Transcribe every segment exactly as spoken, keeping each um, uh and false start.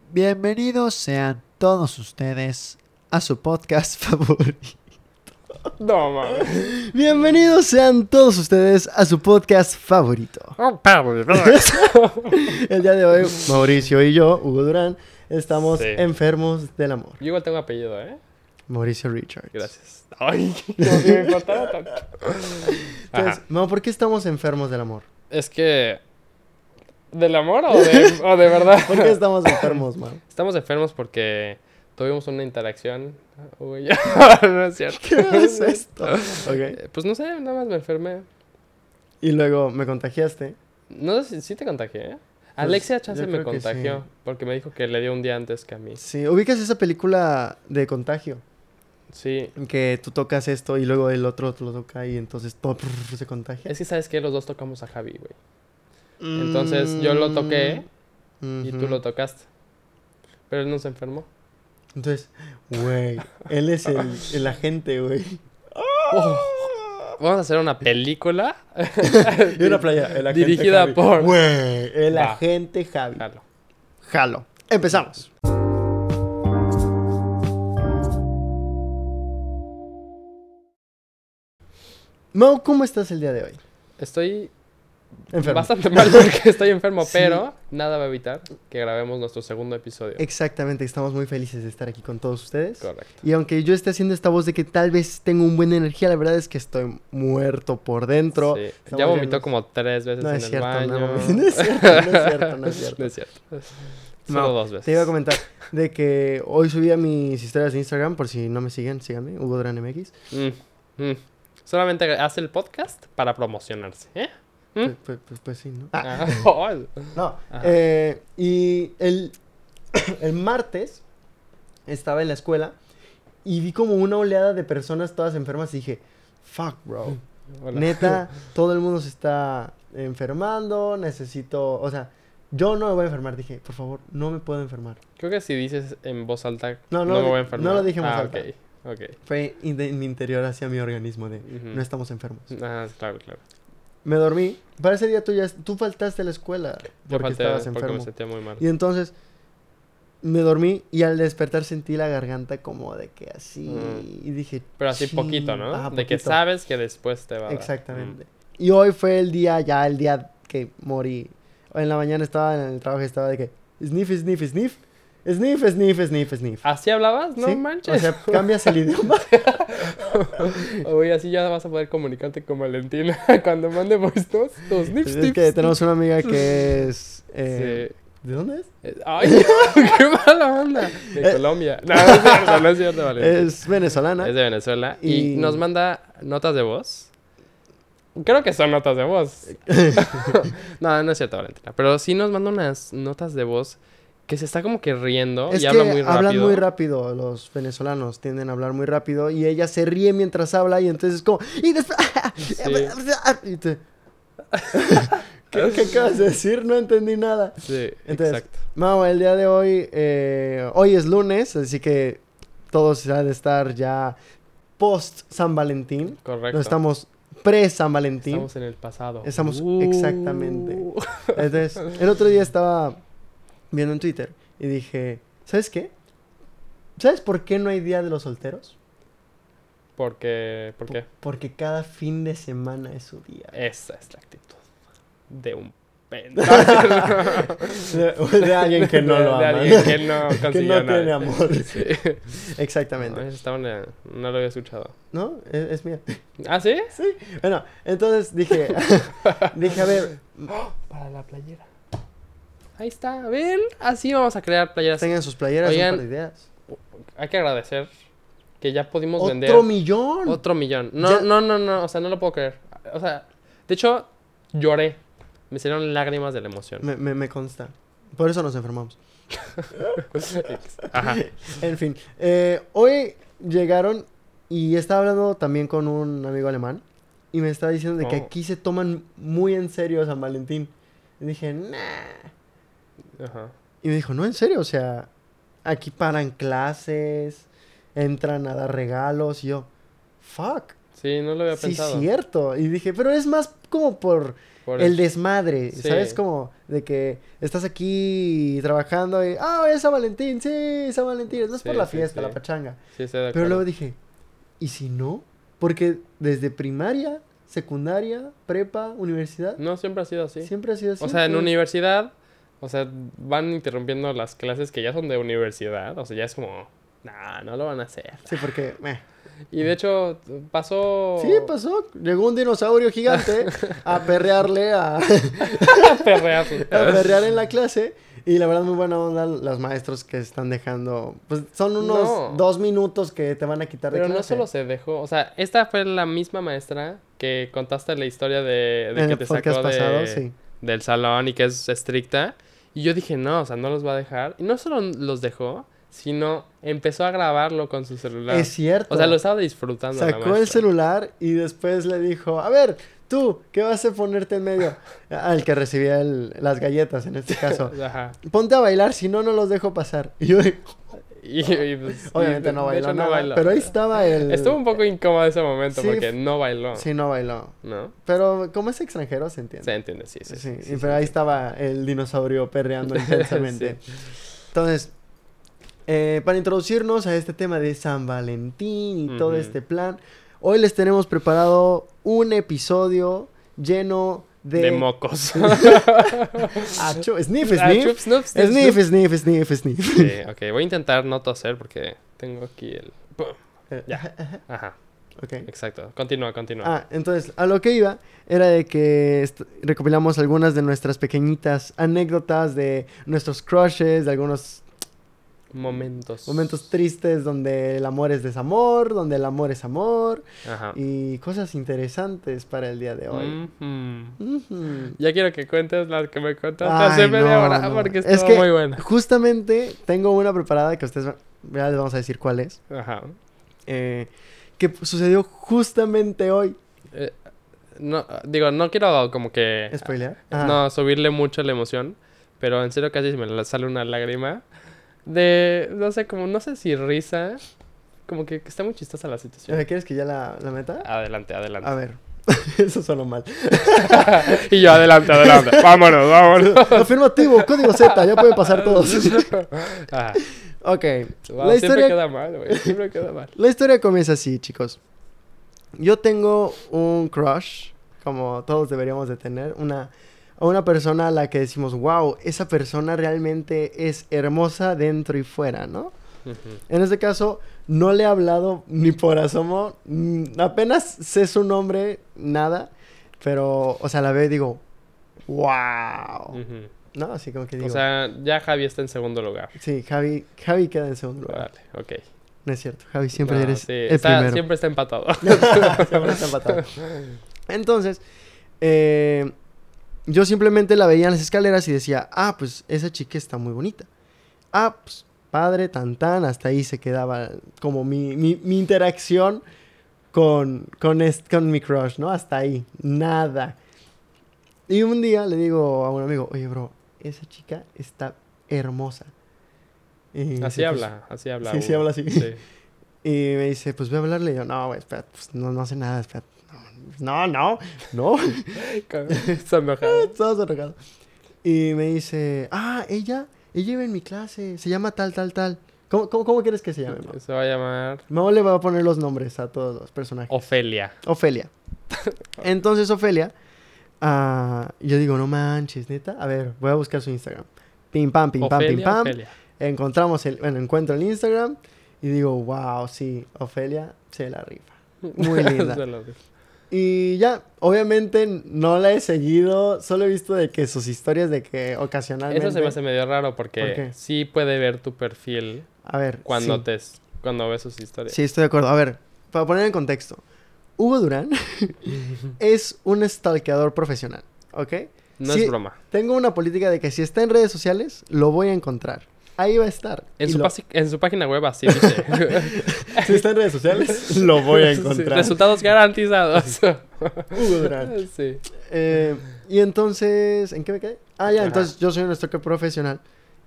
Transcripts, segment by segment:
Bienvenidos sean todos ustedes a su podcast favorito. No, mames. Bienvenidos sean todos ustedes a su podcast favorito. Oh, Pablo, no. El día de hoy, Mauricio y yo, Hugo Durán, estamos Sí. enfermos del amor. Yo igual tengo apellido, ¿eh? Mauricio Richards. Gracias. Ay, como si me importara tanto. Entonces, Ajá. Mau, ¿por qué estamos enfermos del amor? Es que... ¿Del amor o de, o de verdad? ¿Por qué estamos enfermos, Mau? Estamos enfermos porque tuvimos una interacción. Uy, no es cierto. ¿Qué es esto? Ok. Eh, Pues no sé, nada más me enfermé. Y luego me contagiaste. No sé si sí te contagié, ¿eh? Alexia Chance yo me creo que contagió sí. porque me dijo que le dio un día antes que a mí. Sí, ubicas esa película de Contagio, Sí. que tú tocas esto y luego el otro te lo toca y entonces todo prr, se contagia. Es que sabes que los dos tocamos a Javi, güey. Entonces, yo lo toqué y tú lo tocaste. Pero él no se enfermó. Entonces, güey, él es el, el agente, güey. Oh, vamos a hacer una película. Y una playa, el agente Dirigida Javi. por- Güey, el Va. agente Javi. Jalo. Jalo. Empezamos. Mau, ¿cómo estás el día de hoy? Estoy Enfermo. bastante mal porque estoy enfermo, Sí. pero nada va a evitar que grabemos nuestro segundo episodio. Exactamente, estamos muy felices de estar aquí con todos ustedes. Correcto. Y aunque yo esté haciendo esta voz de que tal vez tengo un buen energía, la verdad es que estoy muerto por dentro. Sí. Estamos Ya vomitó llenos- como tres veces No en es el cierto, baño. no, no es cierto, no es cierto, no es cierto. No es cierto. Solo No, dos veces. Te iba a comentar de que hoy subí a mis historias de Instagram, por si no me siguen, síganme, Hugo Durán M X. Mm, mm. Solamente hace el podcast para promocionarse, ¿eh? ¿Mm? Pues, pues, pues, pues sí, ¿no? Ah, Ah, oh, no. Ajá. Eh, y el, el martes estaba en la escuela y vi como una oleada de personas todas enfermas y dije, fuck, bro. hola. Neta, todo el mundo se está enfermando, necesito, o sea, yo no me voy a enfermar, dije, por favor, no me puedo enfermar. Creo que si dices en voz alta, No, no, no, me voy a di- enfermar. no lo dije en voz ah, alta. ok, ok. Fue in- de mi interior hacia mi organismo de, Ujú. no estamos enfermos. Ah, claro, claro. Me dormí, para ese día tú ya, tú faltaste a la escuela Yo porque falté estabas porque enfermo. me sentía muy mal. Y entonces me dormí y al despertar sentí la garganta como de que así Mm. y dije, Pero así "Chin". poquito, ¿no? Ajá, De que poquito. sabes que después te va a dar. Exactamente. Y hoy fue el día, ya el día que morí. Hoy en la mañana estaba en el trabajo y estaba de que sniff, sniff, sniff. Sniff, sniff, sniff, sniff. Mm. ¿Así hablabas? No ¿Sí? manches. O sea, cambias el idioma. Oye, así ya vas a poder comunicarte con Valentina cuando mande voice notes. Tus nips, Es nips, que tenemos una amiga que es... Sí. eh, ¿De dónde es? Eh, Ay, qué mala onda. De Eh. Colombia. No, no es cierto, no es cierto, Valentina. Es venezolana. Es de Venezuela. Y... Y- nos manda notas de voz. Creo que son notas de voz. No, no es cierto, Valentina. Pero sí nos manda unas notas de voz que se está como que riendo Es y que habla muy rápido. hablan muy rápido, los venezolanos tienden a hablar muy rápido y ella se ríe mientras habla y entonces es como... Y después... y te- ¿Qué, ¿Qué acabas de decir? No entendí nada. Sí, Entonces, exacto. Mau, el día de hoy, eh, hoy es lunes, así que todos han de estar ya post San Valentín. Correcto. No estamos pre San Valentín. Estamos en el pasado. Estamos- Uh. exactamente. Entonces, el otro día estaba viendo en Twitter y dije, ¿sabes qué? ¿Sabes por qué no hay Día de los Solteros? Porque, ¿por qué? Porque cada fin de semana es su día. Esa es la actitud de un pendejo. De, de alguien que no De- lo de ama. alguien que no que consiguió no nada. tiene amor. Sí. Exactamente. No, esa está buena. No lo había escuchado. ¿No? Es, es mía. ¿Ah, sí? Sí. Bueno, entonces dije, dije, a ver, Para la playera. Ahí está. ¿Ven? Así vamos a crear playeras. tengan sus playeras, Oigan, un par de ideas. Hay que agradecer que ya pudimos ¡Otro vender millón! otro millón. No, Ya- no, no, no. O sea, no lo puedo creer. O sea, de hecho, lloré. Me salieron lágrimas de la emoción. Me, me, me consta. Por eso nos enfermamos. Ajá. En fin, eh, hoy llegaron y estaba hablando también con un amigo alemán y me estaba diciendo de que Oh. aquí se toman muy en serio San Valentín. Y dije, nah. Ajá. Y me dijo, no, en serio, o sea, aquí paran clases, entran a dar regalos y yo, fuck. Sí, no lo había Sí, pensado. cierto. Y dije, pero es más como por, Por el el- desmadre, Sí. ¿sabes? Como de que estás aquí trabajando y, ah, es San Valentín, sí, San Valentín. No es por Sí, la sí, fiesta, sí. la pachanga. Sí, estoy de Pero acuerdo. luego dije, ¿y si no? Porque desde primaria, secundaria, prepa, universidad, No, siempre ha sido así. siempre ha sido así. O sea, en entonces- universidad, o sea, van interrumpiendo las clases que ya son de universidad. O sea, ya es como, nah, no lo van a hacer. Sí, porque, meh. Y de hecho, pasó... Sí, pasó. Llegó un dinosaurio gigante a perrearle, a, perrearse. a perrear en la clase. Y la verdad, muy buena onda los maestros que están dejando. Pues son unos No. dos minutos que te van a quitar de Pero no clase. solo se dejó, o sea, esta fue la misma maestra que contaste la historia de, de En que el te podcast sacó de, pasado, sí. del salón y que es estricta. Y yo dije, no, o sea, no los va a dejar. Y no solo los dejó, sino empezó a grabarlo con su celular. Es cierto. O sea, lo estaba disfrutando la Sacó el maestra. celular y después le dijo, a ver, tú, ¿qué vas a ponerte en medio? Al que recibía el- las galletas, en este caso. Ajá. Ponte a bailar, si no, no los dejo pasar. Y yo, Y, y, pues, obviamente y, no de bailó hecho, no nada, bailó. pero ahí estaba el... Estuvo un poco incómodo ese momento Sí, porque no bailó. Sí, no bailó. ¿No? Pero como es extranjero, se entiende. Se entiende, sí, sí. Sí, sí, y sí, pero sí, ahí sí. estaba el dinosaurio perreando intensamente. Sí. Entonces, eh, para introducirnos a este tema de San Valentín y todo Ujú. este plan, hoy les tenemos preparado un episodio lleno de... De mocos. Achu, sniff, Ah, sniff. chup, snup, sniff, Sniff, snup. sniff, sniff, sniff. Sí, ok, voy a intentar no toser porque tengo aquí el... ¡Pum! Ya. Ajá, Ok. exacto. Continúa, continúa. Ah, entonces, a lo que iba era de que est- recopilamos algunas de nuestras pequeñitas anécdotas de nuestros crushes, de algunos Momentos. momentos tristes donde el amor es desamor, donde el amor es amor Ajá. y cosas interesantes para el día de hoy. Ujú. Ujú. Ya quiero que cuentes las que me contaste Ay, hace media no, hora no. porque Es estuvo que- muy buena. Justamente tengo una preparada que ustedes va- ya les vamos a decir cuál es, Ajá. eh, que sucedió justamente hoy. Eh, no, digo, no quiero como que... ¿Spoilear? Ajá. No, subirle mucho la emoción, pero en serio casi se me la- sale una lágrima de, no sé, como, no sé si risa, como que está muy chistosa la situación. Eh, ¿Quieres que ya la, la meta? Adelante, adelante. A ver. Eso sonó mal. Y yo, adelante, adelante. Vámonos, vámonos. Afirmativo, código Z, ya pueden pasar todos. Ajá. Ok. Wow, La siempre historia, queda mal, güey. Siempre queda mal. la historia comienza así, chicos. Yo tengo un crush, como todos deberíamos de tener, una, a una persona a la que decimos, wow, esa persona realmente es hermosa dentro y fuera, ¿no? Ujú. En este caso, no le he hablado ni por asomo, mm, apenas sé su nombre, nada, pero, o sea, la veo y digo, wow, Ujú. ¿no? Así como que digo, O sea, ya Javi está en segundo lugar. sí, Javi, Javi queda en segundo lugar. Vale, ok. No es cierto, Javi, siempre No, eres sí, el está- primero. Siempre está empatado. Siempre está empatado. Entonces, eh, yo simplemente la veía en las escaleras y decía, ah, pues esa chica está muy bonita. Ah, pues padre, tan tan, hasta ahí se quedaba como mi, mi, mi interacción con, con, est- con mi crush, ¿no? Hasta ahí, nada. Y un día le digo a un amigo, oye, bro, esa chica está hermosa. Y Así dice, pues, habla, así habla. sí, sí uno. habla así. Sí. y me dice, pues voy a hablarle. Y yo, no, güey, espera, pues no, no hace nada, espera. No, no, no. Está enojado. Todos enojados. Y me dice, ah, ella, ella iba en mi clase, se llama tal, tal, tal. ¿Cómo, cómo, cómo quieres que se llame, Mau? Se va a llamar Mau le va a poner los nombres a todos los personajes. Ofelia. Ofelia. Entonces, Ofelia, ah, yo digo, no manches, neta. A ver, voy a buscar su Instagram. Pim, pam, pim, pam, pim, Ofelia, pam. Ofelia. Encontramos el, bueno, encuentro el Instagram y digo, wow, sí, Ofelia se la rifa. Muy linda. Se lo digo. Y ya, obviamente no la he seguido, solo he visto de que sus historias de que ocasionalmente... Eso se me hace medio raro porque ¿Por qué? sí puede ver tu perfil A ver, cuando sí, te cuando ves sus historias. sí, estoy de acuerdo. A ver, para poner en contexto, Hugo Durán es un stalkeador profesional, ¿ok? No Sí, es broma. Tengo una política de que si está en redes sociales, lo voy a encontrar. Ahí va a estar. En Y su, lo- pasi- en su página web así dice. Si está en redes sociales, lo voy a Sí, encontrar. resultados garantizados. Hugo Durán. Sí. Eh, y entonces, ¿en qué me quedé? Ah, ya, Ajá. entonces yo soy un stalker profesional.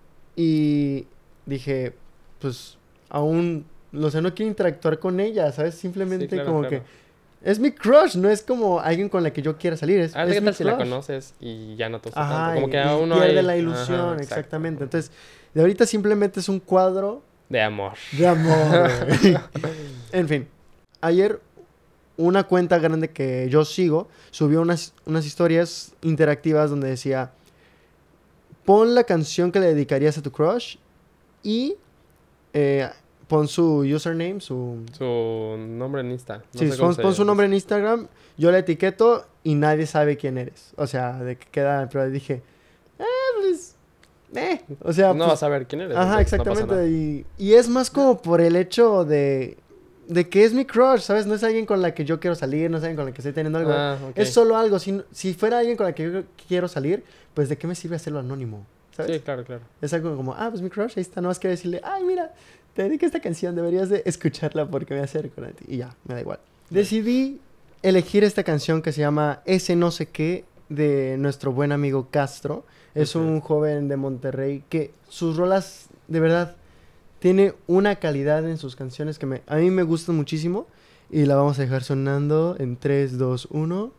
Y dije, pues, aún, no sé, no quiero interactuar con ella, ¿sabes? Simplemente Sí, claro, como claro. que Es mi crush, no es como alguien con la que yo quiera salir. Es, Ah, es ¿qué mi tal si la crush. conoces y ya no te gusta Ajá, tanto? Como y, que y aún no pierde hay... la ilusión, Ajá, exacto. exactamente. Entonces, de ahorita simplemente es un cuadro De amor. de amor, güey. En fin, ayer una cuenta grande que yo sigo subió unas, unas historias interactivas donde decía, pon la canción que le dedicarías a tu crush y eh, pon su username, su... Su nombre en Insta. No Sí, sé cómo pon, se pon su nombre en dice. Instagram, yo la etiqueto y nadie sabe quién eres. O sea, de que queda, pero dije, eh, pues, eh. O sea, Pues no pues, vas a ver quién eres. ajá, Entonces no pasa nada. exactamente. Y, y es más como por el hecho de, de que es mi crush, ¿sabes? No es alguien con la que yo quiero salir, no es alguien con la que estoy teniendo algo. Ah, ok. Es solo algo. Si, si fuera alguien con la que yo quiero salir, pues ¿de qué me sirve hacerlo anónimo? ¿Sabes? Sí, claro, claro. Es algo como, ah, pues mi crush, ahí está. No más quiero decirle, ay, mira, te dedico esta canción, deberías de escucharla porque me acerco a ti. Y ya, me da igual. Decidí elegir esta canción que se llama Ese no sé qué de nuestro buen amigo Castro. Es Ujú. un joven de Monterrey que sus rolas, de verdad, tiene una calidad en sus canciones que me, a mí me gustan muchísimo. Y la vamos a dejar sonando en tres, dos, uno.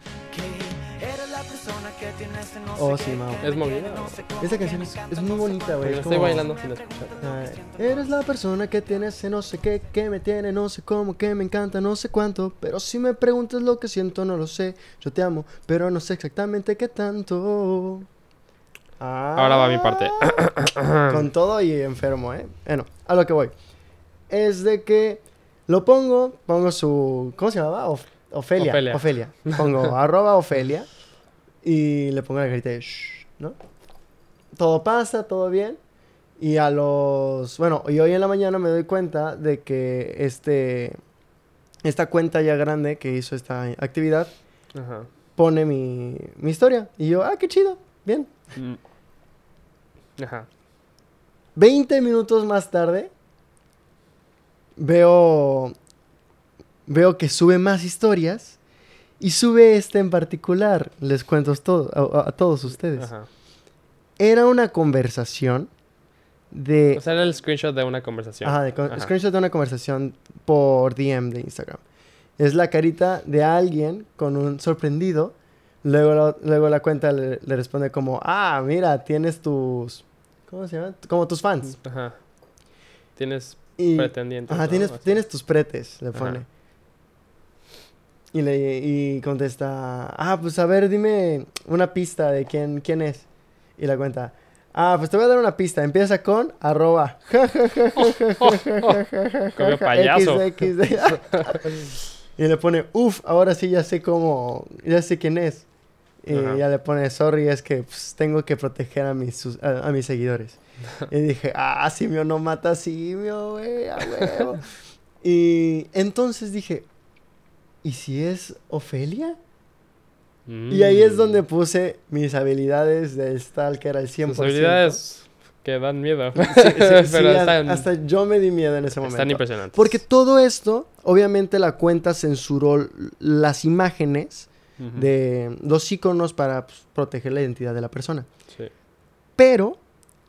Oh, sí, Mau. ¿Es movida? Esta canción es, es muy bonita, güey. Porque es la estoy como- bailando sin escuchar. Ay, eres la persona que tiene ese no sé qué, que me tiene, no sé cómo, que me encanta, no sé cuánto. Pero si me preguntas lo que siento, no lo sé. Yo te amo, pero no sé exactamente qué tanto. Ah, Ahora va mi parte. con todo y enfermo, ¿eh? Bueno, a lo que voy. Es de que lo pongo, pongo su... ¿Cómo se llamaba? Of- Ofelia. Ofelia. Ofelia. Pongo arroba Ofelia y le pongo la carita de shh, ¿no? Todo pasa, todo bien. Y a los... Bueno, y hoy en la mañana me doy cuenta de que este... Esta cuenta ya grande que hizo esta actividad Ajá. pone mi, mi historia. Y yo, ah, qué chido, bien. Mm. Ajá. veinte minutos más tarde veo... Veo que sube más historias. Y sube este en particular. Les cuento todo, a, a todos ustedes. Ajá. Era una conversación de... O sea, era el screenshot de una conversación. Ajá, de con- Ajá. screenshot de una conversación por D M de Instagram. Es la carita de alguien con un sorprendido. Luego, la- luego la cuenta le, le responde como, ah, mira, tienes tus... ¿Cómo se llama? Como tus fans. Ajá. Tienes Y, pretendientes. ajá, ¿no? tienes, Así. tienes tus pretes, le Ajá. pone. Y, le, y contesta, ah, pues a ver, dime una pista de quién, quién es. Y la cuenta, ah, pues te voy a dar una pista. Empieza con arroba. Como payaso. X D. Y le pone, uff, ahora sí ya sé cómo, ya sé quién es. Y Ajá. ya le pone, sorry, es que pues, tengo que proteger a mis, sus- a, a mis seguidores. Y dije, ah, simio no mata simio, güey, a huevo. Y entonces dije, ¿y si es Ofelia? Y ahí es donde Mm. puse mis habilidades de stalker al cien Tus por ciento. habilidades que dan miedo. Sí, sí, sí, Pero a- están, hasta yo me di miedo en ese están momento. impresionantes. Porque todo esto, obviamente la cuenta censuró las imágenes Ujú. de los iconos para pues, proteger la identidad de la persona. Sí. Pero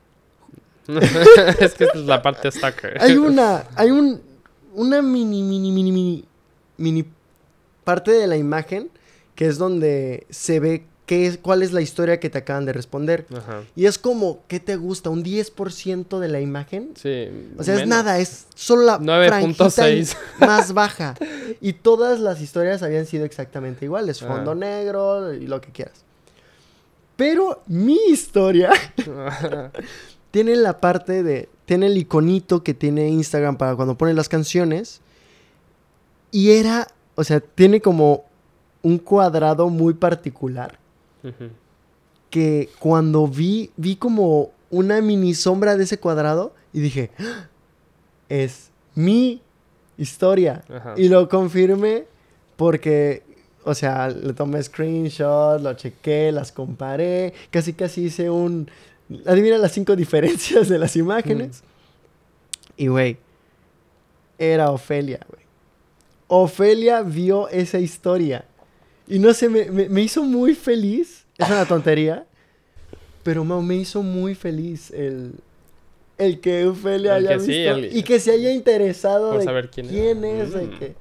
Es que esta es la parte stalker. hay una, hay un, una mini, mini, mini, mini, mini parte de la imagen que es donde se ve qué es, cuál es la historia que te acaban de responder. Ajá. Y es como, ¿qué te gusta? ¿Un diez por ciento de la imagen? Sí. O sea, es menos. nada, es solo la nueve punto seis. franjita más baja. Y todas las historias habían sido exactamente iguales. Fondo Ah. negro y lo que quieras. Pero mi historia tiene la parte de... Tiene el iconito que tiene Instagram para cuando pones las canciones. Y era... O sea, tiene como un cuadrado muy particular. Ujú. Que cuando vi... Vi como una mini sombra de ese cuadrado. Y dije... ¡Ah! Es mi historia. Ajá. Y lo confirmé porque... O sea, le tomé screenshot, lo chequé, las comparé. Casi casi hice un... Adivina las cinco diferencias de las imágenes. Y, güey, era Ofelia, güey. Ofelia vio esa historia. Y no sé, me, me, me hizo muy feliz. Es una tontería. Pero Mau, me hizo muy feliz el, el que Ofelia El haya que sí, visto. el- Y que se haya interesado Por de saber quién quién era. es. de Mm. que...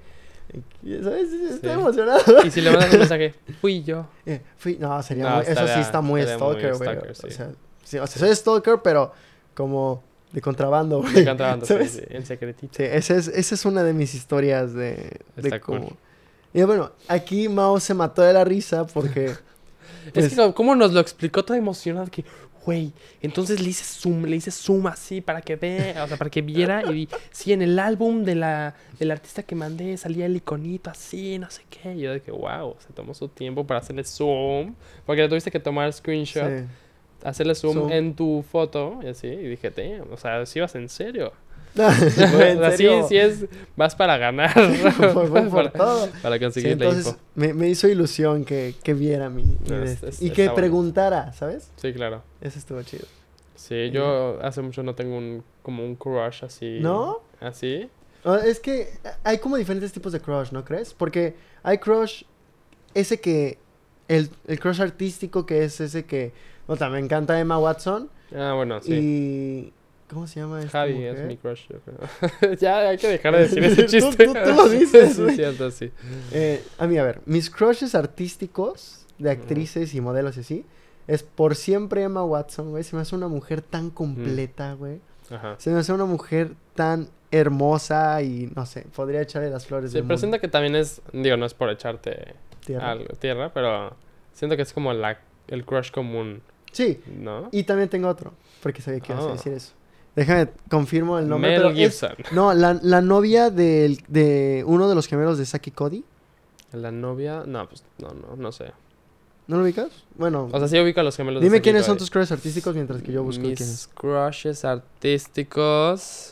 ¿Sabes? Estoy Sí. emocionado. Y si le mandas un mensaje, fui yo. Eh, fui- no, sería No, muy... Eso sí estaría- está muy estaría muy stalker, güey. stalker, sí. O sea, sí, o sea, soy stalker, pero como de contrabando, güey. De contrabando, sí, ¿Sabes? sí, en secretito. Sí, esa es, esa es una de mis historias de, de Está cool. cómo... Y bueno, aquí Mao se mató de la risa porque... pues, Es que, ¿cómo nos lo explicó toda emocionada? Que, güey, entonces le hice zoom, le hice zoom así para que vea, o sea, para que viera. Y vi, sí, en el álbum de la, del artista que mandé salía el iconito así, no sé qué. Y yo dije, wow, se tomó su tiempo para hacerle zoom. Porque le tuviste que tomar screenshot, sí. hacerle zoom, Zoom. en tu foto y así. Y dije, damn, o sea, si vas en serio. Güey, en O sea, sí, serio. sí es, vas para ganar. Fue- fue por para, todo. para Sí, conseguir la entonces info. me, me hizo ilusión que, que viera mi, mi No, de es- este. es- y está que bonito. preguntara, ¿sabes? Sí, claro. Eso estuvo chido. Sí, yo hace mucho no tengo un como un crush así. ¿No? Así. Ah, es que hay como diferentes tipos de crush, ¿no crees? Porque hay crush, ese que, el, el crush artístico que es ese que, o sea, me encanta Emma Watson Ah, bueno, sí. y, ¿cómo se llama esta Javi mujer? es mi crush, yo creo. Ya hay que dejar de decir ese Tú- chiste. tú- tú lo dices, Sí, güey. es cierto, sí. Eh, a mí, a ver, mis crushes artísticos de actrices y modelos y así, es por siempre Emma Watson, güey. Se me hace una mujer tan completa, güey. Ajá. Se me hace una mujer tan hermosa y, no sé, podría echarle las flores Sí, del pero mundo. siento que también es, digo, no es por echarte Tierra. algo, tierra, pero siento que es como la, el crush común, Sí, ¿no? y también tengo otro, porque sabía que ibas a Oh. decir eso. Déjame, confirmo el nombre. Mel pero es- Gibson. no, la, la novia del- de uno de los gemelos de Saki Cody. La novia, no, pues no, no, no sé. ¿No lo ubicas? Bueno, O sea, sí ubico a los gemelos de dime Saki quiénes son Cody. tus crushes artísticos mientras que yo busco Mis quiénes. crushes artísticos.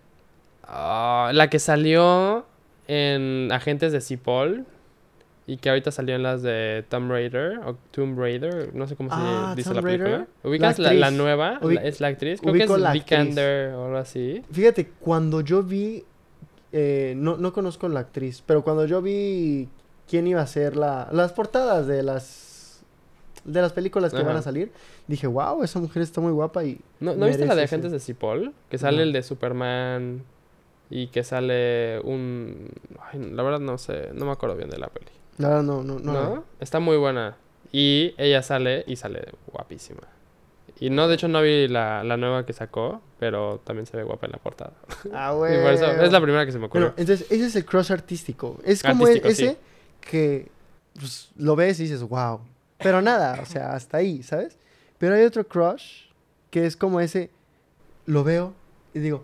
Ah, la que salió en Agentes de Cipoll y que ahorita salió en las de Tomb Raider o Tomb Raider, no sé cómo Ah, se dice Tomb la película. Raider. ¿Ubicas La la, la actriz. nueva? Ubic- La- es la actriz, creo que ubico es la actriz. Vikander o algo así. Fíjate, cuando yo vi, eh, no, no conozco la actriz, pero cuando yo vi quién iba a ser la, las portadas de las de las películas que Ajá. van a salir, dije, wow, esa mujer está muy guapa y ¿No, ¿no viste la de merece Agentes ese- de Cipoll? Que sale No. el de Superman y que sale un... Ay, la verdad no sé, no me acuerdo bien de la peli. La verdad, no, no, no. ¿No? Está muy buena. Y ella sale y sale guapísima. Y no, de hecho no vi la, la nueva que sacó, pero también se ve guapa en la portada. Ah, Y güey. por eso, es la primera que se me ocurrió. Bueno, entonces, ese es el crush artístico. Es como Artístico, e- ese sí. que pues, lo ves y dices, wow. Pero nada, o sea, hasta ahí, ¿sabes? Pero hay otro crush que es como ese, lo veo y digo,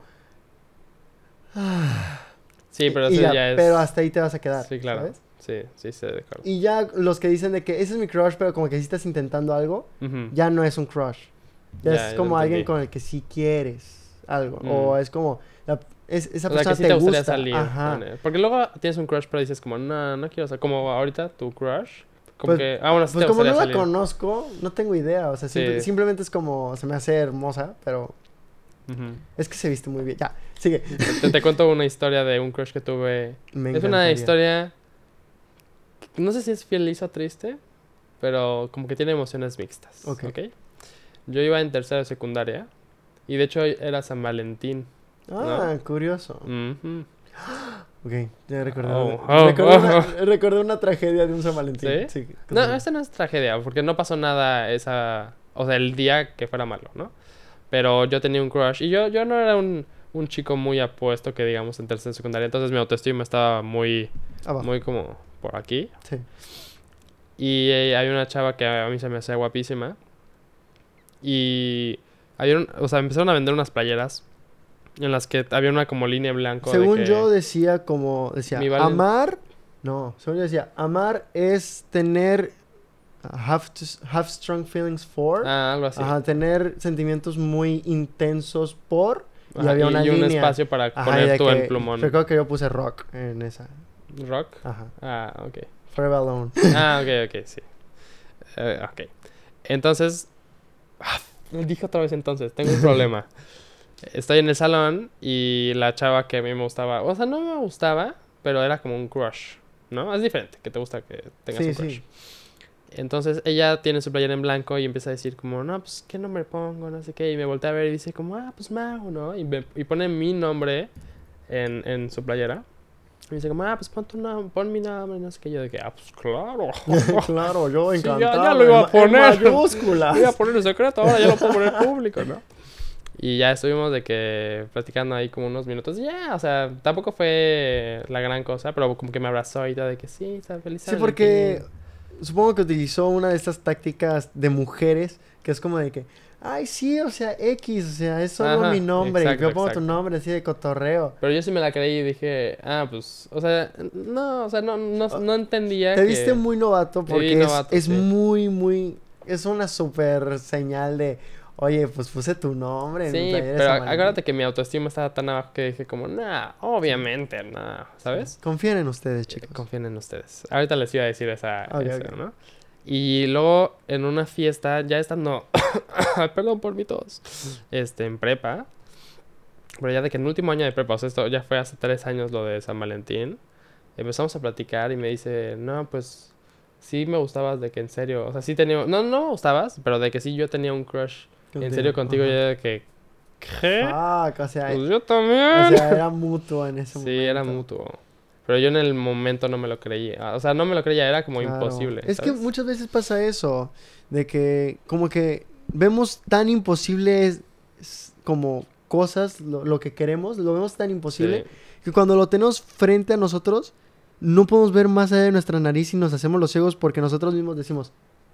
ah, Sí, pero y eso ya, ya es... pero hasta ahí te vas a quedar. Sí, claro. ¿sabes? Sí, sí, se de acuerdo. Y ya los que dicen de que ese es mi crush, pero como que si estás intentando algo, Ujú. ya no es un crush. Ya, Ya, es ya como alguien entendí. con el que sí quieres algo. Mm. O es como, la- es- esa O sea, persona que sí te, te gustaría gusta. salir Ajá. con él. Porque luego tienes un crush, pero dices como, no, no quiero salir. Como ahorita, tu crush. Como Pues- que, ah, bueno, sí Pues te como no gustaría la salir. conozco, no tengo idea. O sea, simple- Sí. simplemente es como, se me hace hermosa, pero Ujú. es que se viste muy bien. Ya, sigue. Te, te cuento una historia de un crush que tuve. Me Es una encantaría. historia. No sé si es feliz o triste, pero como que tiene emociones mixtas. Ok. ¿Ok? Yo iba en tercera de secundaria y de hecho era San Valentín. Ah, curioso. Ujú. Ok, ya recordé. Oh, una, oh, recordé, oh. una, recordé una tragedia de un San Valentín. ¿Sí? Sí, No, continúa. esta no es tragedia, porque no pasó nada esa... O sea, el día que fuera malo, ¿no? Pero yo tenía un crush y yo, yo no era un, un chico muy apuesto que digamos en tercera de secundaria. Entonces mi autoestima estaba muy, Abajo. muy como por aquí. Sí. Y eh, hay una chava que a mí se me hacía guapísima. Y había un- o sea, empezaron a vender unas playeras en las que había una como línea en blanco. de Según que- yo decía como, decía, Mi valen- amar, no, según yo decía, amar es tener, uh, have, to, have strong feelings for, Ah, algo así. ajá, tener sentimientos muy intensos por, y Ajá, había una y un línea. espacio para Ajá, y poner de tú que- en plumón. Recuerdo que yo puse rock en esa, Rock. ajá, Ah, ok. Forever Alone. Ah, ok, ok, sí. Eh, ok. Entonces... ah, dije otra vez entonces, tengo un problema. Estoy en el salón y la chava que a mí me gustaba... O sea, no me gustaba, pero era como un crush, ¿no? Es diferente, que te gusta que tengas Sí, un crush. sí. Entonces ella tiene su playera en blanco y empieza a decir como... No, pues, ¿qué nombre pongo? No sé qué. Y me voltea a ver y dice como... Ah, pues Mau, ¿no? Y, me- y pone mi nombre en, en su playera. me dice como, ah, pues pon tu nombre, pon mi nombre, no sé qué. Yo de que, ah, pues claro. Claro, yo Sí, encantado. ya, ya lo iba a en- poner. En mayúsculas. Lo iba a poner en secreto, ahora ya lo puedo poner público, ¿no? Y ya estuvimos de que platicando ahí como unos minutos. Y ya, o sea, tampoco fue la gran cosa, pero como que me abrazó y todo de que sí, está feliz. Sí, San porque Valentín. supongo que utilizó una de estas tácticas de mujeres que es como de que, ay, sí, o sea, X, o sea, es solo Ajá, mi nombre. exacto, Y yo pongo tu exacto. nombre así de cotorreo. Pero yo sí me la creí y dije, ah, pues, o sea, no, o sea, no, no, Ah, no entendía Te viste que... muy novato Me vi porque es, novato, es sí. muy, muy. Es una super señal de, oye, pues puse tu nombre en mi Sí, playera de pero San Valentín. acuérdate que mi autoestima estaba tan abajo que dije como, nah, obviamente, nah, ¿sabes? Confíen en ustedes, Eh, chicos. Confíen en ustedes. Ahorita les iba a decir esa, Ok, eso, ok. ¿no? Y luego en una fiesta, ya estando, perdón por mi tos, este, en prepa, pero ya de que en el último año de prepa, o sea, esto ya fue hace tres años lo de San Valentín, empezamos a platicar y me dice, no, pues, sí me gustabas de que en serio, o sea, sí tenía, no, no me gustabas, pero de que sí yo tenía un crush en Contigo, serio contigo, y ajá. yo de que, ¿qué? Fuck, o sea, Pues yo o también. sea, era mutuo en ese Sí, momento. era mutuo. Pero yo en el momento no me lo creía. O sea, no me lo creía, era como Claro. imposible, Es que ¿sabes? muchas veces pasa eso, de que como que vemos tan imposibles s- como cosas, lo, lo que queremos, lo vemos tan imposible, Sí. que cuando lo tenemos frente a nosotros, no podemos ver más allá de nuestra nariz y nos hacemos los ciegos porque nosotros mismos decimos,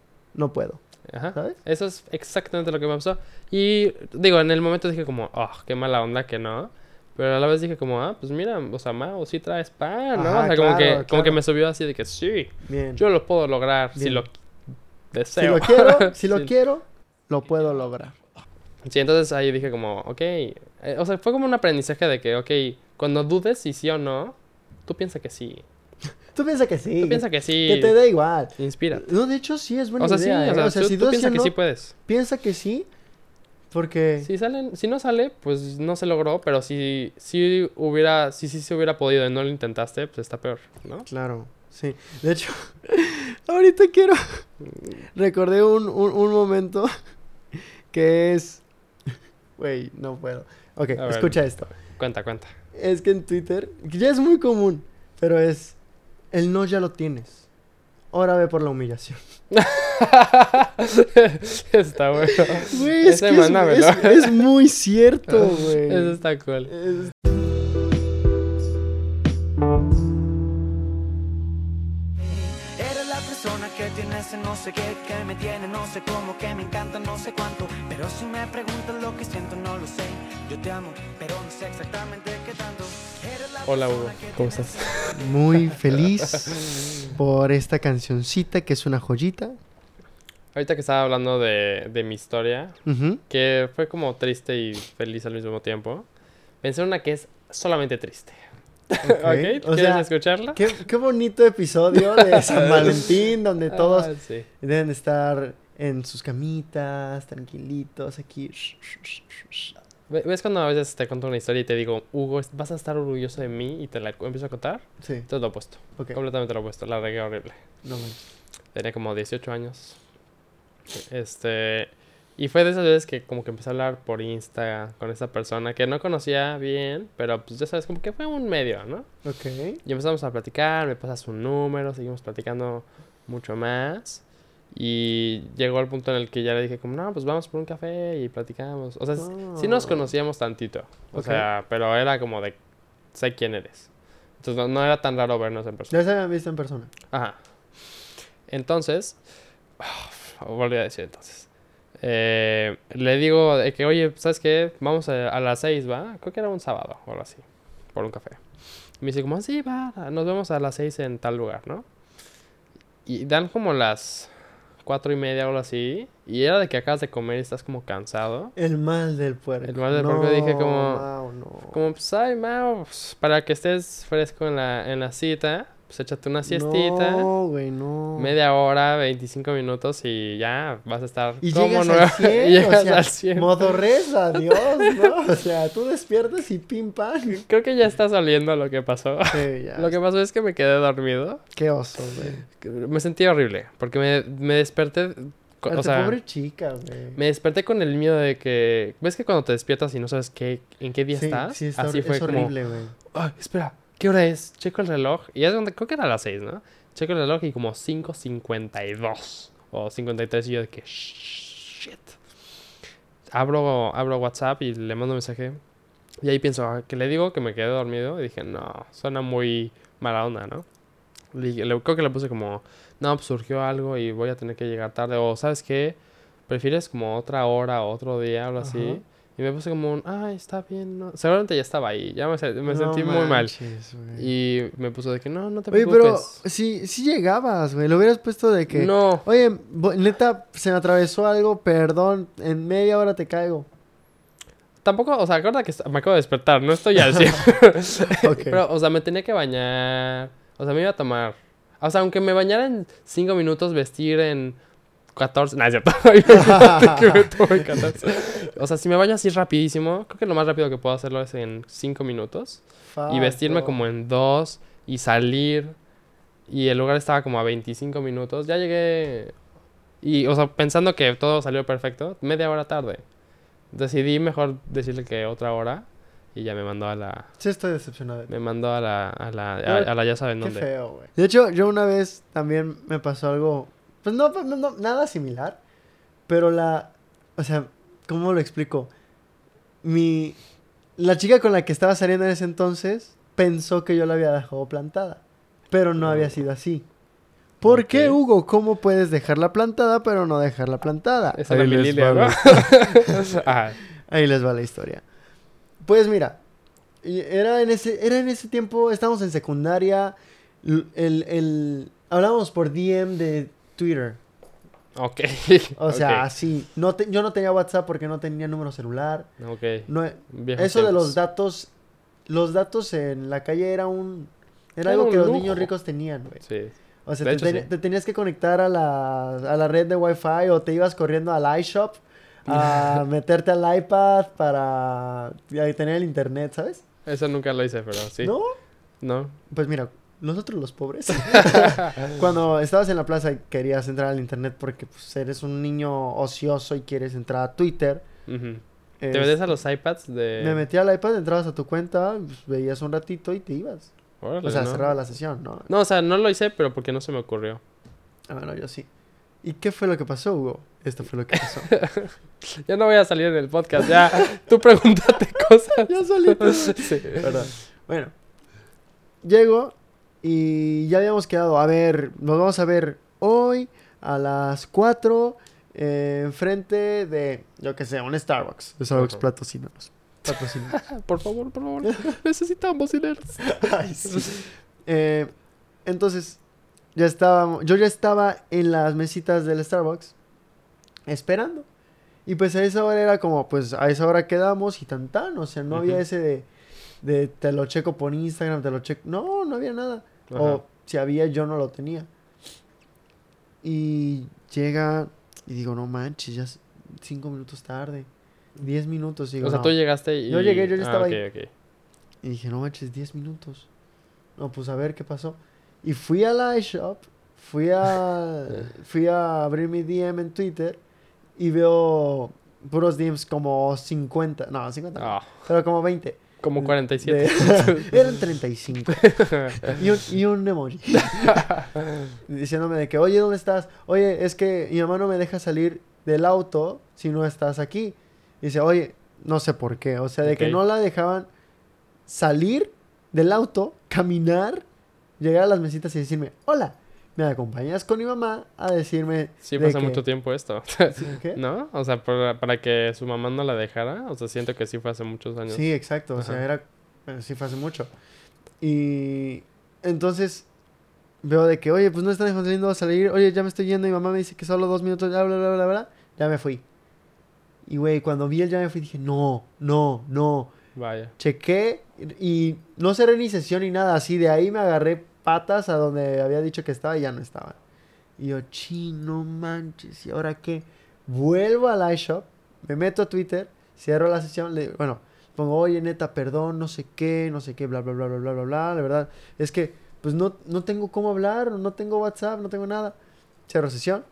no puedo, Ajá. ¿sabes? Eso es exactamente lo que me pasó. Y digo, en el momento dije como, oh, qué mala onda que no. Pero a la vez dije como, ah, pues mira, o sea, Mao, sí traes pan, ¿no? O Ajá, sea, como claro, que, como que claro. me subió así de que sí, Bien, yo lo puedo lograr si bien. lo Si deseo. lo quiero, si lo Sí. quiero, lo puedo lograr. Sí, entonces ahí dije como, ok. eh, o sea, fue como un aprendizaje de que, ok, cuando dudes si sí o no, tú piensa que sí. Tú piensas que sí, Tú que, piensa que que sí, te da igual. inspírate. No, de hecho sí es buena O sea, sí, idea, o ¿eh? sea, O sea, tú, si tú dudas sí piensa o que no, sí puedes. piensa que sí, porque... Si salen, si no sale, pues no se logró, pero si, si hubiera, si sí se hubiera podido y no lo intentaste, pues está peor, ¿no? Claro, sí. De hecho, ahorita quiero... Recordé un, un, un momento que es... Güey, no puedo. Ok, A ver, escucha esto. cuenta, cuenta. Es que en Twitter, que ya es muy común, pero es... El no ya lo tienes. Ahora ve por la humillación. Está bueno. Güey, es Ese que es, mándamelo. es, es muy cierto, güey. Eso está cool. Es- Eres la persona que tiene ese no sé qué, que me tiene no sé cómo, que me encanta no sé cuánto. Pero si me preguntas lo que siento no lo sé. Yo te amo, pero no sé exactamente qué tanto. Eres la Hola, persona Hugo. que ¿Cómo tiene estás? Muy feliz por esta cancioncita que es una joyita. Ahorita que estaba hablando de, de mi historia, Ujú. que fue como triste y feliz al mismo tiempo, pensé en una que es solamente triste. Ok. ¿Ok? O ¿Quieres sea, escucharla? Qué, qué bonito episodio de San Valentín, donde todos Ah, sí. deben estar en sus camitas, tranquilitos, aquí. Ve- ¿Ves cuando a veces te cuento una historia y te digo, Hugo, es- vas a estar orgulloso de mí y te la cu- empiezo a contar? Sí, Entonces lo he puesto. ok. Completamente lo he puesto. La regué horrible. No manches. Tenía como dieciocho años. Este... Y fue de esas veces que como que empecé a hablar por Insta con esta persona que no conocía bien, pero pues ya sabes, como que fue un medio, ¿no? Ok. Y empezamos a platicar, me pasa su número, seguimos platicando mucho más. Y llegó al punto en el que ya le dije como, no, pues vamos por un café y platicamos. O sea, s- sí nos Oh. conocíamos tantito. O Ok. sea, pero era como de, sé quién eres. Entonces no, no era tan raro vernos en persona. Ya se habían visto en persona. Ajá. Entonces, volví a decir entonces. Eh, le digo de que, oye, ¿sabes qué? Vamos a, a las seis, ¿va? Creo que era un sábado o algo así, por un café. Y me dice como, sí, va, nos vemos a las seis en tal lugar, ¿no? Y dan como las cuatro y media o algo así. Y era de que acabas de comer y estás como cansado. El mal del puerco. El mal del no, puerco, dije como- Mau, no. Como, pues, ay, Mau, pues, para que estés fresco en la, en la cita, pues échate una siestita. No, güey, no. Media hora, veinticinco minutos y ya vas a estar Y como llegas nuevo. al cien, Y llegas o sea, al cien. modo reza, adiós, ¿no? O sea, tú despiertas y pim pam. Creo que ya está saliendo lo que pasó. Sí, ya. Lo que pasó es que me quedé dormido. Qué oso, güey. Me sentí horrible porque me, me desperté. co- O Arte, sea, pobre chica, güey. me desperté con el miedo de que. ¿Ves que cuando te despiertas y no sabes qué, en qué día Sí, estás? sí, está Así hor- fue es como. horrible, güey. Ay, espera, ¿qué hora es? Checo el reloj. Y es donde creo que era a las seis, ¿no? Checo el reloj y como cinco cincuenta y dos o cincuenta y tres. Y yo de que, shit. Abro, abro WhatsApp y le mando un mensaje. Y ahí pienso, ah, ¿qué le digo? Que me quedé dormido. Y dije, no, suena muy mala onda, ¿no? Le, le- creo que le puse como, no, pues surgió algo y voy a tener que llegar tarde. O, ¿sabes qué? ¿Prefieres como otra hora o otro día o algo Ajá. así? Y me puse como un, ay, está bien, ¿no? Seguramente ya estaba ahí. Ya me, se- me No sentí muy mal. manches, güey. Y me puso de que, no, no te Oye, pero preocupes. sí, sí llegabas, güey. Lo hubieras puesto de que, No, oye, bo- neta, se me atravesó algo, perdón, en media hora te caigo. tampoco, o sea, acuerda que est- me acabo de despertar, no estoy al cien. Ok. Pero, o sea, me tenía que bañar. O sea, me iba a tomar. O sea, aunque me bañara en cinco minutos, vestir en catorce. No, es cierto. Que me tome catorce. O sea, si me baño así rapidísimo, creo que lo más rápido que puedo hacerlo es en cinco minutos. Y Fuck, vestirme bro. como en dos. Y salir. Y el lugar estaba como a veinticinco minutos. Ya llegué. Y, o sea, pensando que todo salió perfecto, media hora tarde. Decidí mejor decirle que otra hora. Y ya me mandó a la. Sí estoy decepcionado. Me mandó a la. A la, a, Pero a la ya saben Qué dónde. feo, güey. De hecho, yo una vez también me pasó algo, pues no, no, no, nada similar, pero la, o sea, ¿cómo lo explico? Mi, la chica con la que estaba saliendo en ese entonces pensó que yo la había dejado plantada, pero no había Oh. sido así. ¿Por qué, Ok. Hugo? ¿Cómo puedes dejarla plantada pero no dejarla plantada? Esa era mi les línea, va ¿no? la- Ajá. Ahí les va la historia. Pues mira, y era en ese, era en ese tiempo, estábamos en secundaria, l- el, el, hablábamos por D M de Twitter. Ok. O sea, Ok. así, no te- yo no tenía WhatsApp porque no tenía número celular. Ok. No, Viejos eso de tiempos. los datos, los datos en la calle era un, era Era algo un que los lujo. niños ricos tenían, güey. Sí. O sea, De te, hecho, ten- sí. te tenías que conectar a la, a la red de Wi-Fi o te ibas corriendo al iShop a meterte al iPad para y tener el internet, ¿sabes? Eso nunca lo hice, pero sí. ¿No? ¿No? Pues mira, nosotros los pobres. Cuando estabas en la plaza y querías entrar al internet porque pues, eres un niño ocioso y quieres entrar a Twitter. Ujú. ¿Te este, metes a los iPads de...? Me metí al iPad, entrabas a tu cuenta, pues, veías un ratito y te ibas. Órale, O sea, no. cerraba la sesión, ¿no? No, o sea, no lo hice, pero porque no se me ocurrió. Ah, bueno, yo sí. ¿Y qué fue lo que pasó, Hugo? Esto fue lo que pasó. Ya no voy a salir en el podcast, ya. Tú pregúntate cosas. Ya solito. Sí. Perdón. Bueno, llego y ya habíamos quedado. A ver, nos vamos a ver hoy a las cuatro eh, enfrente de, yo que sé, un Starbucks. Starbucks Ajá. patrocínanos. Patrocínanos. Por favor, por favor. Necesitamos dinero. Ay, sí. Eh, entonces, ya estábamos, yo ya estaba en las mesitas del Starbucks esperando. Y pues a esa hora era como, pues a esa hora quedamos y tan tan. O sea, no había Ujú. ese de, de te lo checo por Instagram, te lo checo. No, no había nada. Ajá. O si había, yo no lo tenía. Y llega y digo, no manches, ya es cinco minutos tarde. Diez minutos. Digo, O sea, no. tú llegaste y... Yo llegué, yo ya ah, estaba ok, ahí. ok. Y dije, no manches, diez minutos. No, pues a ver qué pasó. Y fui al iShop, fui a, fui a abrir mi D M en Twitter y veo puros D Ms como cincuenta, no, cincuenta, no, Ah, pero como veinte. como cuarenta y siete. De- eran treinta y cinco. Y un, y un emoji. Diciéndome de que, oye, ¿dónde estás? Oye, es que mi mamá no me deja salir del auto si no estás aquí. Y dice, oye, no sé por qué. O sea, de que Ok. no la dejaban salir del auto, caminar, llegar a las mesitas y decirme, hola, ¿me acompañas con mi mamá a decirme Sí, de pasa que- mucho tiempo esto. ¿Sí? ¿Qué? ¿No? O sea, para, para que su mamá no la dejara. O sea, siento que sí fue hace muchos años. Sí, exacto. O sea, Ajá. era... bueno, sí fue hace mucho. Y entonces veo de que, oye, pues no están dejando salir. Oye, ya me estoy yendo. Mi mamá me dice que solo dos minutos. Bla, bla, bla, bla, bla. Ya me fui. Y, güey, cuando vi el ya me fui, dije, no, no, no. Vaya. Chequé y no cerré ni sesión ni nada. Así de ahí me agarré patas a donde había dicho que estaba y ya no estaba. Y yo, chino manches. ¿Y ahora qué? Vuelvo al iShop, me meto a Twitter, cierro la sesión. Le, bueno, pongo, oye, neta, perdón, no sé qué, no sé qué, bla, bla, bla, bla, bla, bla, bla. La verdad es que, pues no, no tengo cómo hablar, no tengo WhatsApp, no tengo nada. Cierro sesión.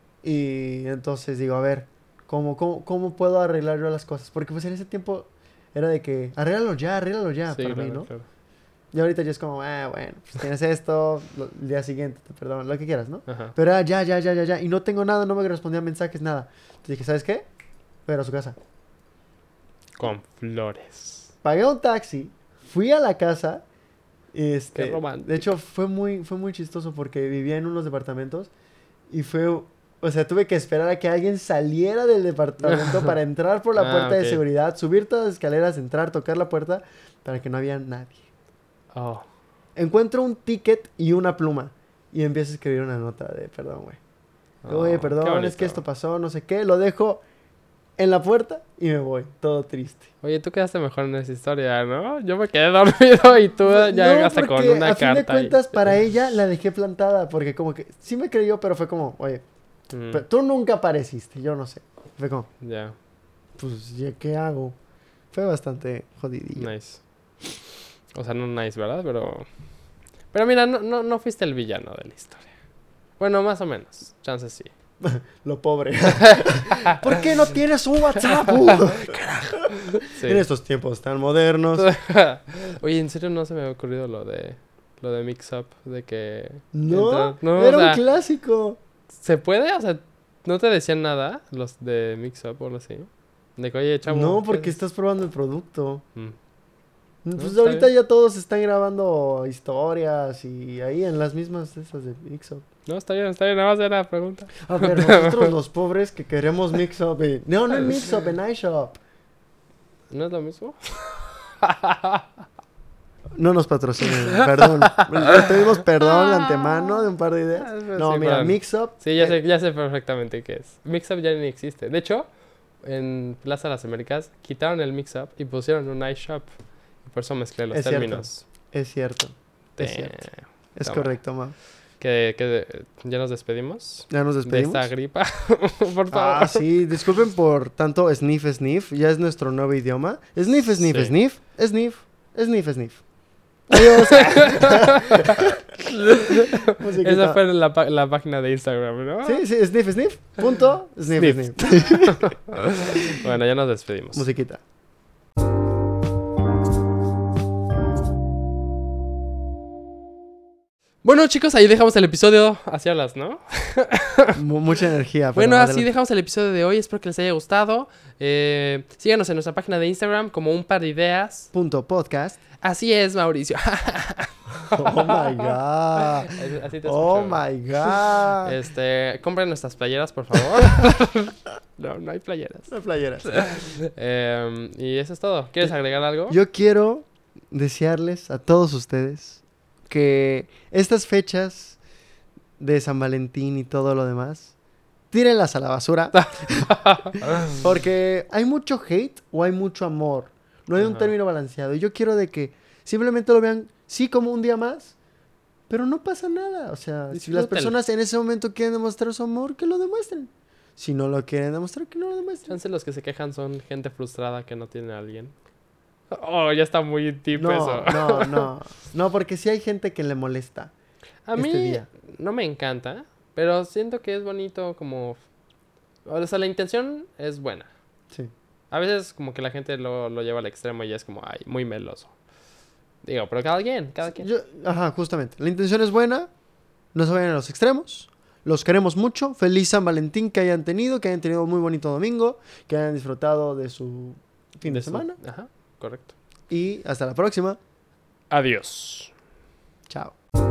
Y entonces digo, a ver, ¿cómo, cómo, cómo puedo arreglar yo las cosas? Porque pues en ese tiempo era de que, arréglalo ya, arréglalo ya, Sí, para claro, mí, ¿no? claro. Y ahorita ya es como, ah, bueno, pues tienes esto, lo- el día siguiente te perdono, lo que quieras, ¿no? Ajá. Pero era ya, ya, ya, ya, ya. Y no tengo nada, no me respondía mensajes, nada. Entonces dije, ¿sabes qué? Voy a ir a su casa. Con flores. Pagué un taxi, fui a la casa. Este, Qué romántico. de hecho, fue muy, fue muy chistoso porque vivía en unos departamentos. Y fue, o sea, tuve que esperar a que alguien saliera del departamento para entrar por la Ah, puerta ok. de seguridad, subir todas las escaleras, entrar, tocar la puerta, para que no había nadie. Oh. Encuentro un ticket y una pluma. Y empiezo a escribir una nota de perdón, güey. Oye, Oh, qué perdón, es bonito. que esto pasó, no sé qué. Lo dejo en la puerta y me voy, todo triste. Oye, tú quedaste mejor en esa historia, ¿no? Yo me quedé dormido y tú ya No, llegaste con porque una a fin carta. de cuentas, para ella la dejé plantada. Porque como que sí me creyó, pero fue como, oye, y... Mm, pero tú nunca apareciste, yo no sé. Fue como, ya, pues, ¿ya qué hago? Fue bastante jodidillo. nice. O sea, no nice, ¿verdad? Pero... Pero mira, no, no, no fuiste el villano de la historia. Bueno, más o menos. Chances sí. Lo pobre. ¿Por qué no tienes un WhatsApp? Uh? Sí. En estos tiempos tan modernos. Oye, ¿en serio no se me había ocurrido lo de... Lo de Mix Up? De que... No, entrar- no, era o sea, un clásico. ¿se puede? O sea, ¿no te decían nada los de Mix Up o algo así? De que, oye, chavo... No, ¿qué porque es? estás probando el producto. Mm. Pues está ahorita bien. ya todos están grabando historias y ahí en las mismas esas de Mixup. No, está bien, está bien. Nada más era la pregunta. A ver, nosotros los pobres que queremos Mixup y... No, no en Mixup, en iShop. ¿No es lo mismo? No nos patrocinen, perdón. Les pedimos perdón de antemano de un par de ideas. No, Sí, mira, perdón. Mixup... Sí, ya eh, sé, ya sé perfectamente qué es. Mix-Up ya ni existe. De hecho, en Plaza Las Américas quitaron el Mix-Up y pusieron un iShop. Y por eso mezclé los Es cierto. términos. Es cierto, es Damn. cierto. Es Toma. correcto, ma. Que, que ya nos despedimos. Ya nos De despedimos. esta gripa. Por favor. Ah, sí, disculpen por tanto sniff, sniff. Ya es nuestro nuevo idioma. Sniff, sniff, Sí. sniff. Sniff, sniff, sniff. Adiós. Musiquita. Esa fue la, pa- la página de Instagram, ¿no? Sí, sí, sniff, sniff. Punto. Sniff, Sniff. sniff. Bueno, ya nos despedimos. Musiquita. Bueno, chicos, ahí dejamos el episodio. Así hablas, ¿no? Mu- mucha energía. pero Bueno, así adelante. dejamos el episodio de hoy. Espero que les haya gustado. Eh, síganos en nuestra página de Instagram como un par de ideas. Punto podcast. Así es, Mauricio. Oh my god. Así te Oh escucho. my god. Este, compren nuestras playeras, por favor. No, no hay playeras. Las playeras. Eh, y eso es todo. ¿Quieres agregar algo? Yo quiero desearles a todos ustedes que estas fechas de San Valentín y todo lo demás, tírenlas a la basura. Porque hay mucho hate o hay mucho amor. No hay un Ajá. término balanceado. Y yo quiero de que simplemente lo vean, sí, como un día más, pero no pasa nada. O sea, si las Disfrútenlo. personas en ese momento quieren demostrar su amor, que lo demuestren. Si no lo quieren demostrar, que no lo demuestren. Chance los que se quejan son gente frustrada que no tiene a alguien. Oh, ya está muy deep No, eso. no, no. No, porque sí hay gente que le molesta. A este mí día. no me encanta, pero siento que es bonito como... O sea, la intención es buena. Sí. A veces como que la gente lo, lo lleva al extremo y es como, ay, muy meloso. Digo, pero cada quien, cada quien. Yo- ajá, justamente. La intención es buena. No se vayan a los extremos. Los queremos mucho. Feliz San Valentín que hayan tenido. Que hayan tenido un muy bonito domingo. Que hayan disfrutado de su fin de, su- semana. Ajá, correcto. Y hasta la próxima. Adiós. Chao.